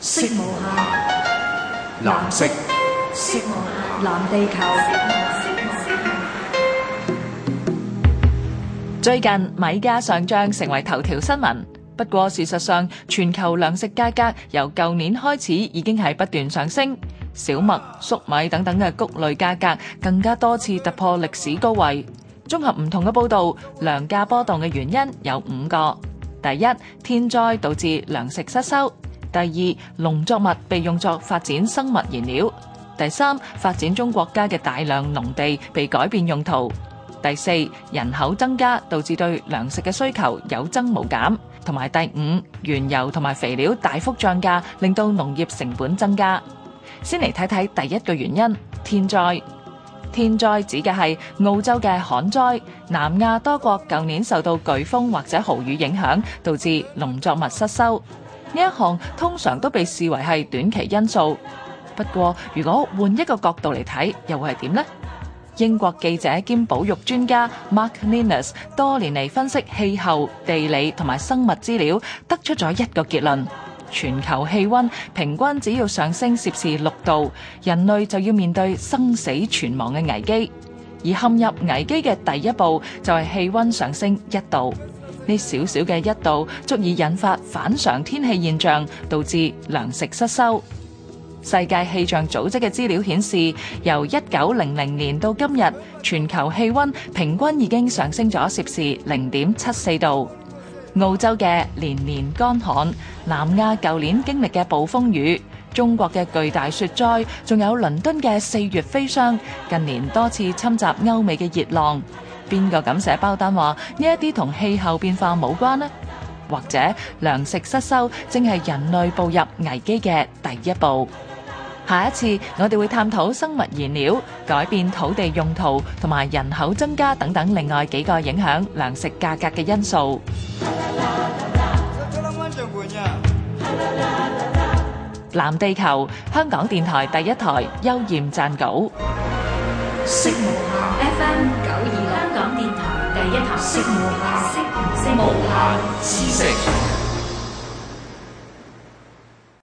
色無限，藍色，色無限，藍地球。 最近米價上漲成為頭條新聞，不過事實上，全球糧食價格由舊年開始已經係不斷上升，小麥、粟米等等嘅穀類價格更加多次突破歷史高位。綜合唔同嘅報導，糧價波動嘅原因有5個：第一，天災導致糧食失收；第二，農作物被用作發展生物燃料；第三，發展中國家嘅大量農地被改變用途；第四，人口增加導致對糧食嘅需求有增無減；同埋第五，原油同埋肥料大幅漲價，令到農業成本增加。先嚟睇睇第一個原因：天災。天災指嘅係澳洲嘅旱災，南亞多國舊年受到颶風或者豪雨影響，導致農作物失收。呢一項通常都被視為係短期因素。不過，如果換一個角度嚟睇，又會係點呢？英國記者兼保育專家 Mark Ninnis 多年嚟分析氣候、地理同埋生物資料，得出咗一個結論：全球氣溫平均只要上升攝氏6度，人類就要面對生死存亡嘅危機。而陷入危機嘅第一步就係氣溫上升1度。呢少少嘅1度足以引發反常天氣現象，導致糧食失收。世界氣象組織嘅資料顯示，由1900年到今日，全球氣溫平均已經上升咗攝氏0.74度。澳洲嘅年年乾旱，南亞舊年經歷嘅暴風雨，中國嘅巨大雪災，仲有倫敦嘅4月飛霜，近年多次侵襲歐美嘅熱浪，邊個敢寫包單話呢一啲同氣候變化冇關呢？或者糧食失收正係人類步入危機嘅第一步？下一次我哋會探討生物燃料、改變土地用途同埋人口增加等等另外幾個影響糧食價格嘅因素。藍地球，香港電台第一台，邱焱撰稿。 色無限 FM 926，香港電台第一台，色無限，色無限，知識。